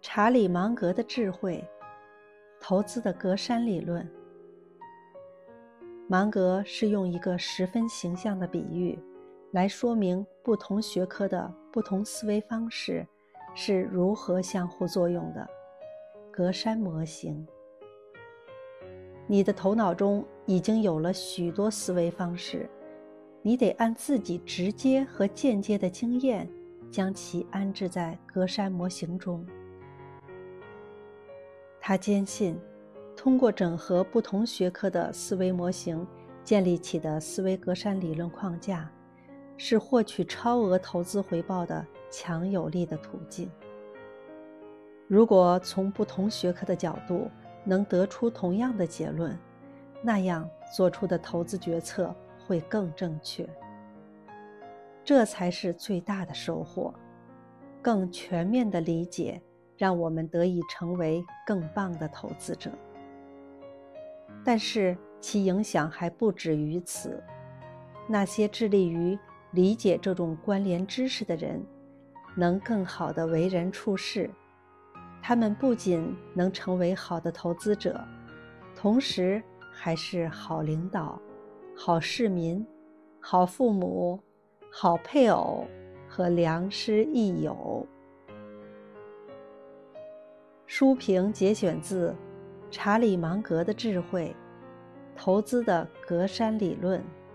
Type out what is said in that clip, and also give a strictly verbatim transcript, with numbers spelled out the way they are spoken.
查理芒格的智慧，投资的格栅理论。芒格是用一个十分形象的比喻来说明不同学科的不同思维方式是如何相互作用的。格栅模型，你的头脑中已经有了许多思维方式，你得按自己直接和间接的经验将其安置在格栅模型中。他坚信，通过整合不同学科的思维模型建立起的思维格栅理论框架，是获取超额投资回报的强有力的途径。如果从不同学科的角度能得出同样的结论，那样做出的投资决策会更正确。这才是最大的收获。更全面的理解让我们得以成为更棒的投资者。但是其影响还不止于此。那些致力于理解这种关联知识的人，能更好地为人处事。他们不仅能成为好的投资者，同时还是好领导、好市民、好父母、好配偶和良师益友。书评节选自查理芒格的智慧，投资的格栅理论。